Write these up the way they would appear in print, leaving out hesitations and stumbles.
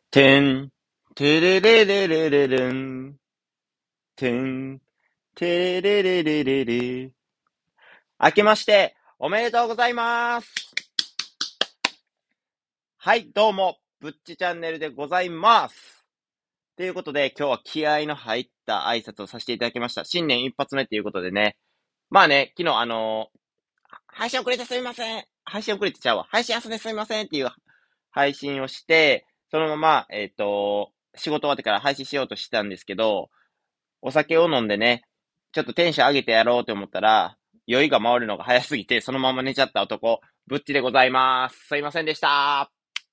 てん、てれれれれれれん、てん、てれれれれれ。明けまして、おめでとうございます。はい、どうも、ぶっちチャンネルでございます。ということで、今日は気合の入った挨拶をさせていただきました。新年一発目ということでね。まあね、昨日配信遅れてすみません。配信遅れてちゃうわ。配信休んですみませんっていう配信をして、そのまま、仕事終わってから配信しようとしてたんですけど、お酒を飲んでね、ちょっとテンション上げてやろうと思ったら、酔いが回るのが早すぎて、そのまま寝ちゃった男、ぶっちでございます。すいませんでした。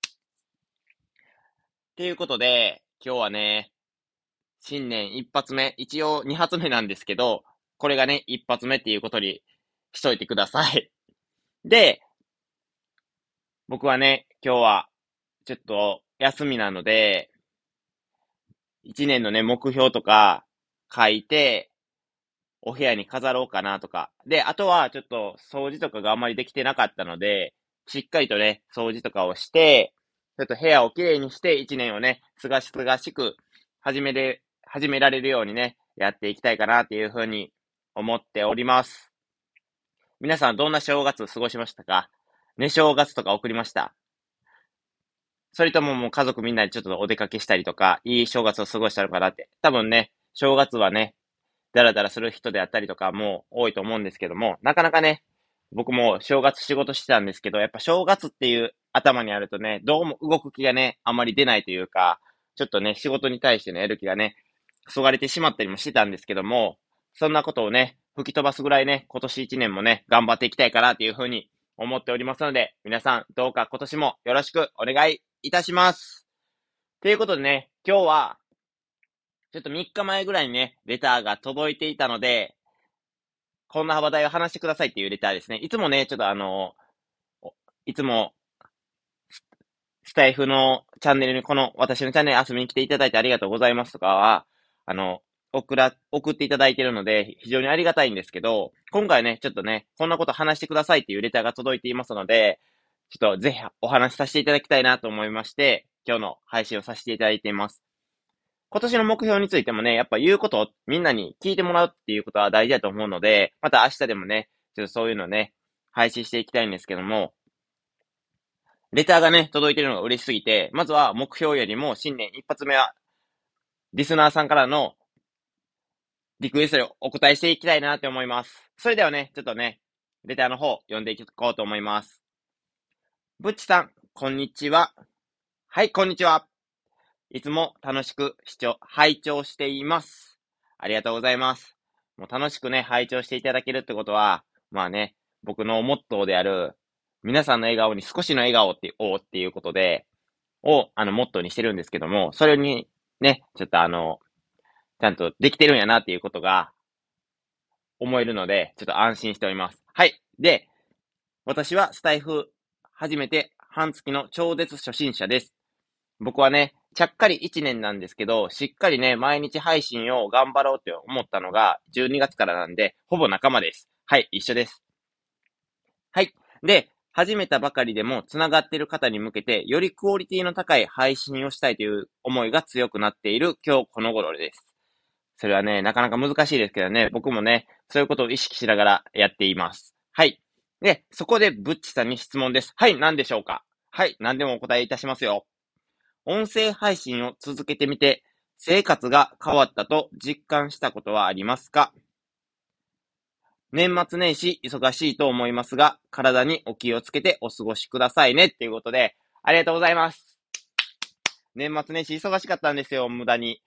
ということで、今日はね、新年一発目、一応二発目なんですけど、これがね、一発目っていうことにしといてください。で、僕はね、今日はちょっと休みなので、一年のね、目標とか書いて、お部屋に飾ろうかなとか。で、あとはちょっと掃除とかがあんまりできてなかったので、しっかりとね、掃除とかをして、ちょっと部屋をきれいにして一年をね、すがしく始められるようにね、やっていきたいかなっていうふうに思っております。皆さんどんな正月過ごしましたか？ね、正月とか送りました？それとももう家族みんなでちょっとお出かけしたりとか、いい正月を過ごしたのかなって。多分ね、正月はね、だらだらする人であったりとかも多いと思うんですけども、なかなかね、僕も正月仕事してたんですけど、やっぱ正月っていう頭にあるとね、どうも動く気がね、あまり出ないというか、ちょっとね、仕事に対してのやる気がね、そがれてしまったりもしてたんですけども、そんなことをね、吹き飛ばすぐらいね、今年1年もね、頑張っていきたいかなというふうに思っておりますので、皆さんどうか今年もよろしくお願いいたします。ということでね、今日は、ちょっと3日前ぐらいにね、レターが届いていたので、こんな話題を話してくださいっていうレターですね。いつもね、ちょっといつもスタイフのチャンネルに、この私のチャンネル遊びに来ていただいてありがとうございますとかは、あの、送っていただいているので、非常にありがたいんですけど、今回ね、ちょっとね、こんなこと話してくださいっていうレターが届いていますので、ちょっとぜひお話しさせていただきたいなと思いまして、今日の配信をさせていただいています。今年の目標についてもね、やっぱ言うことをみんなに聞いてもらうっていうことは大事だと思うので、また明日でもね、ちょっとそういうのね、配信していきたいんですけども、レターがね、届いてるのが嬉しすぎて、まずは目標よりも新年一発目は、リスナーさんからのリクエストをお答えしていきたいなって思います。それではね、ちょっとね、レターの方、読んでいこうと思います。ぶっちさん、こんにちは。はい、こんにちは。いつも楽しく拝聴しています。ありがとうございます。もう楽しくね、拝聴していただけるってことは、まあね、僕のモットーである、皆さんの笑顔に少しの笑顔っていうことで、モットーにしてるんですけども、それに、ね、ちょっとちゃんとできてるんやなっていうことが思えるので、ちょっと安心しております。はい。で、私はスタイフ初めて半月の超絶初心者です。僕はね、ちゃっかり1年なんですけど、しっかりね、毎日配信を頑張ろうって思ったのが12月からなんで、ほぼ仲間です。はい、一緒です。はい。で、始めたばかりでも繋がっている方に向けて、よりクオリティの高い配信をしたいという思いが強くなっている今日この頃です。それはね、なかなか難しいですけどね、僕もね、そういうことを意識しながらやっています。はい。で、そこでブッチさんに質問です。はい、何でしょうか？はい、何でもお答えいたしますよ。音声配信を続けてみて、生活が変わったと実感したことはありますか？年末年始忙しいと思いますが、体にお気をつけてお過ごしくださいねっていうことで、ありがとうございます。年末年始忙しかったんですよ、無駄に。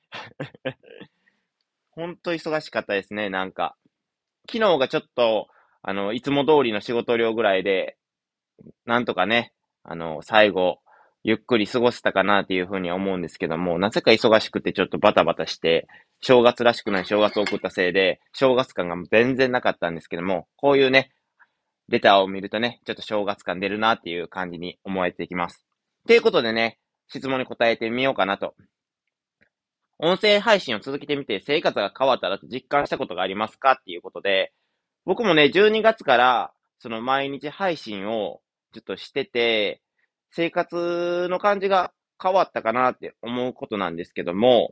ほんと忙しかったですね、なんか。昨日がちょっと、いつも通りの仕事量ぐらいで、なんとかね、最後、ゆっくり過ごせたかなっていうふうには思うんですけども、なぜか忙しくてちょっとバタバタして、正月らしくない正月を送ったせいで、正月感が全然なかったんですけども、こういうね、レターを見るとね、ちょっと正月感出るなっていう感じに思えてきます。ということでね、質問に答えてみようかなと。音声配信を続けてみて生活が変わったらと実感したことがありますかっていうことで、僕もね、12月から、その毎日配信をちょっとしてて、生活の感じが変わったかなって思うことなんですけども、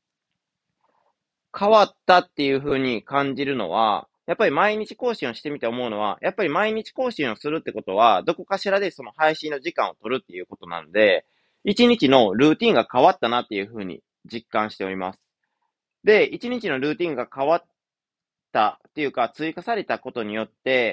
変わったっていう風に感じるのは、やっぱり毎日更新をしてみて思うのは、やっぱり毎日更新をするってことは、どこかしらでその配信の時間を取るっていうことなんで、一日のルーティンが変わったなっていう風に実感しております。で、一日のルーティンが変わったっていうか、追加されたことによって、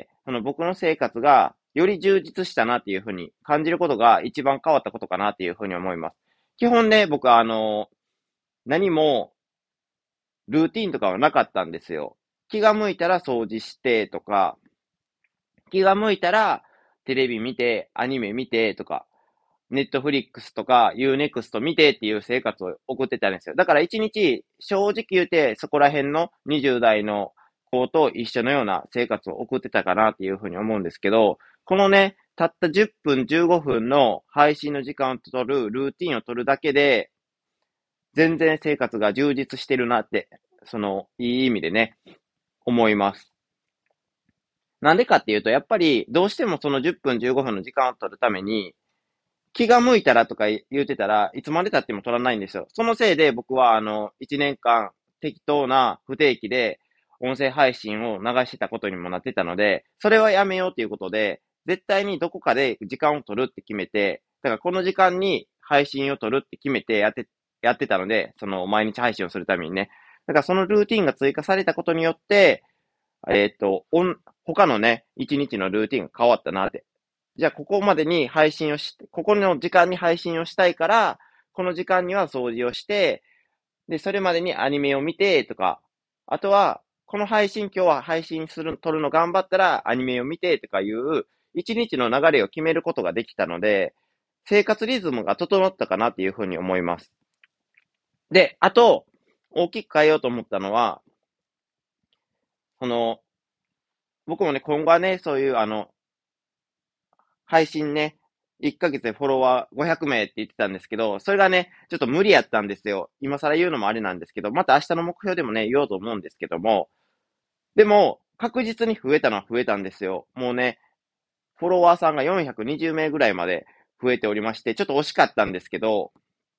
その僕の生活がより充実したなっていう風に感じることが一番変わったことかなっていう風に思います。基本ね、僕は何もルーティンとかはなかったんですよ。気が向いたら掃除してとか、気が向いたらテレビ見て、アニメ見てとか、ネットフリックスとか Unext 見てっていう生活を送ってたんですよ。だから一日、正直言うて、そこら辺の20代の子と一緒のような生活を送ってたかなっていうふうに思うんですけど、このね、たった10分、15分の配信の時間を取る、ルーティンを取るだけで、全然生活が充実してるなって、いい意味でね、思います。なんでかっていうと、やっぱり、どうしてもその10分、15分の時間を取るために、気が向いたらとか言うてたらいつまで経っても取らないんですよ。そのせいで僕は1年間適当な不定期で音声配信を流してたことにもなってたので、それはやめようということで、絶対にどこかで時間を取るって決めて、だからこの時間に配信を取るって決めてやってたので、その毎日配信をするためにね。だからそのルーティンが追加されたことによって、他のね、1日のルーティンが変わったなって。じゃあ、ここまでに配信をして、ここの時間に配信をしたいから、この時間には掃除をして、で、それまでにアニメを見て、とか、あとは、この配信、今日は配信撮るの頑張ったら、アニメを見て、とかいう、一日の流れを決めることができたので、生活リズムが整ったかなっていうふうに思います。で、あと、大きく変えようと思ったのは、この、僕もね、今後はね、そういう、配信ね、1ヶ月でフォロワー500名って言ってたんですけど、それがね、ちょっと無理やったんですよ。今更言うのもあれなんですけど、また明日の目標でもね、言おうと思うんですけども、でも、確実に増えたのは増えたんですよ。もうね、フォロワーさんが420名ぐらいまで増えておりまして、ちょっと惜しかったんですけど、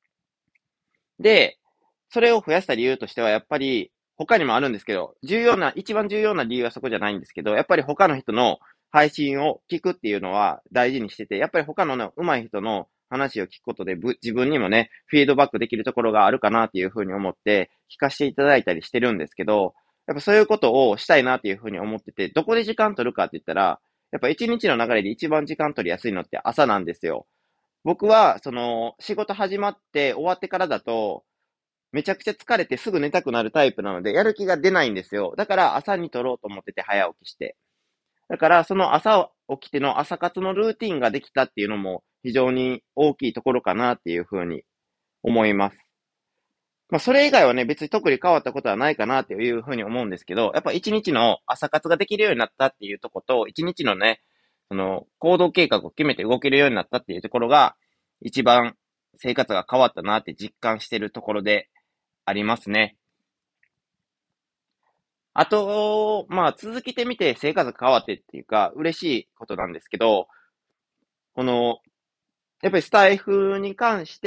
で、それを増やした理由としては、やっぱり、他にもあるんですけど、一番重要な理由はそこじゃないんですけど、やっぱり他の人の配信を聞くっていうのは大事にしてて、やっぱり他のね、上手い人の話を聞くことで、自分にもね、フィードバックできるところがあるかなっていうふうに思って、聞かせていただいたりしてるんですけど、やっぱそういうことをしたいなっていうふうに思ってて、どこで時間取るかって言ったら、やっぱ一日の流れで一番時間取りやすいのって朝なんですよ。僕は、仕事始まって終わってからだと、めちゃくちゃ疲れてすぐ寝たくなるタイプなので、やる気が出ないんですよ。だから朝に撮ろうと思ってて早起きして。だからその朝起きての朝活のルーティンができたっていうのも非常に大きいところかなっていうふうに思います。まあそれ以外はね、別に特に変わったことはないかなっていうふうに思うんですけど、やっぱ一日の朝活ができるようになったっていうとこと、一日のね、行動計画を決めて動けるようになったっていうところが、一番生活が変わったなって実感してるところでありますね。あと、まあ、続けてみて生活が変わってっていうか、嬉しいことなんですけど、この、やっぱりスタイフに関して、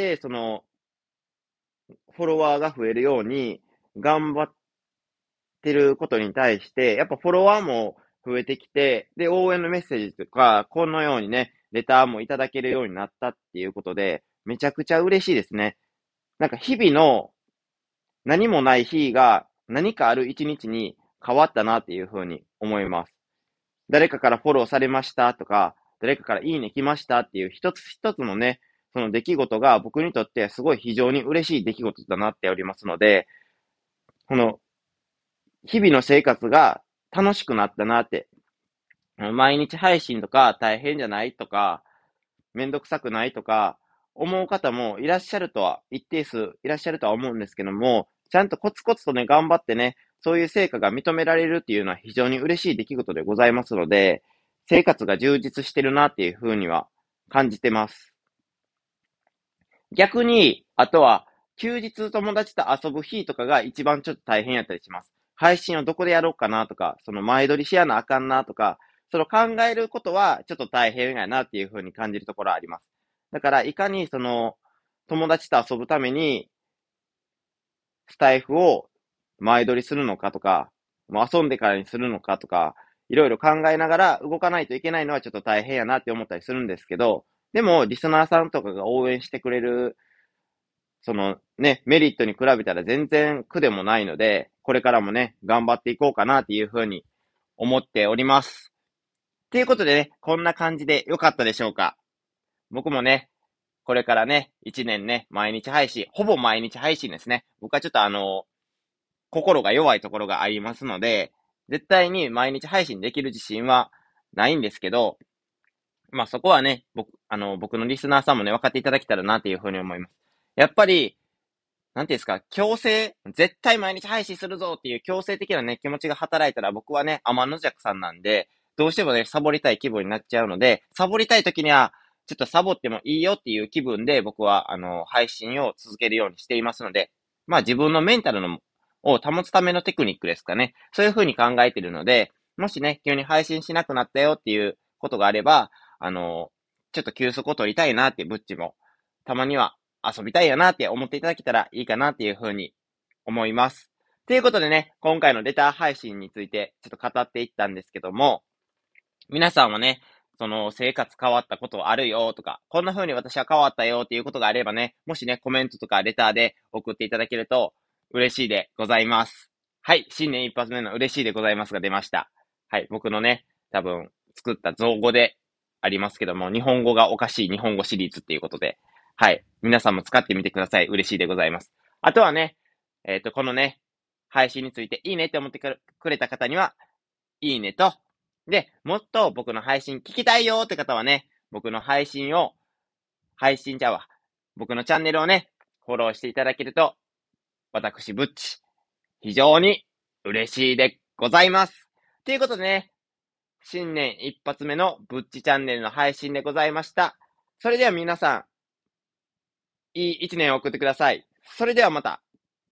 フォロワーが増えるように頑張ってることに対して、やっぱフォロワーも増えてきて、で、応援のメッセージとか、このようにね、レターもいただけるようになったっていうことで、めちゃくちゃ嬉しいですね。なんか日々の何もない日が何かある一日に変わったなっていうふうに思います。誰かからフォローされましたとか、誰かからいいね来ましたっていう一つ一つのね、その出来事が僕にとってすごい非常に嬉しい出来事だなっておりますので、この日々の生活が楽しくなったなって、毎日配信とか大変じゃないとか、めんどくさくないとか、思う方もいらっしゃるとは、一定数いらっしゃるとは思うんですけども、ちゃんとコツコツとね、頑張ってね、そういう成果が認められるっていうのは非常に嬉しい出来事でございますので、生活が充実してるなっていうふうには感じてます。逆に、あとは、休日友達と遊ぶ日とかが一番ちょっと大変やったりします。配信をどこでやろうかなとか、その前撮りしやなあかんなとか、その考えることはちょっと大変やなっていうふうに感じるところはあります。だから、いかに友達と遊ぶために、スタイフを前撮りするのかとか、もう遊んでからにするのかとか、いろいろ考えながら動かないといけないのはちょっと大変やなって思ったりするんですけど、でも、リスナーさんとかが応援してくれる、そのね、メリットに比べたら全然苦でもないので、これからもね、頑張っていこうかなっていうふうに思っております。ということでね、こんな感じでよかったでしょうか。僕もね、これからね、1年ね、毎日配信、ほぼ毎日配信ですね。僕はちょっと心が弱いところがありますので、絶対に毎日配信できる自信はないんですけど、まあそこはね、僕のリスナーさんもね、分かっていただけたらなっていうふうに思います。やっぱり、なんていうんですか、絶対毎日配信するぞっていう強制的なね、気持ちが働いたら僕はね、天の弱さんなんで、どうしてもね、サボりたい気分になっちゃうので、サボりたい時には、ちょっとサボってもいいよっていう気分で僕は、配信を続けるようにしていますので、まあ自分のメンタルを保つためのテクニックですかね。そういう風に考えているので、もしね、急に配信しなくなったよっていうことがあれば、ちょっと休息を取りたいなってぶっちも、たまには遊びたいよなって思っていただけたらいいかなっていうふうに思います。ということでね、今回のレター配信についてちょっと語っていったんですけども、皆さんはね、その生活変わったことあるよとか、こんな風に私は変わったよっていうことがあればね、もしね、コメントとかレターで送っていただけると嬉しいでございます。はい、新年一発目の嬉しいでございますが出ました。はい、僕のね、多分作った造語でありますけども、日本語がおかしい日本語シリーズっていうことで、はい、皆さんも使ってみてください。嬉しいでございます。あとはね、このね、配信についていいねって思ってくれた方には、いいねと、で、もっと僕の配信聞きたいよって方はね、僕の配信を、配信ちゃうわ。僕のチャンネルをね、フォローしていただけると、私、ぶっち、非常に嬉しいでございます。ということでね、新年一発目のぶっちチャンネルの配信でございました。それでは皆さん、いい一年を送ってください。それではまた。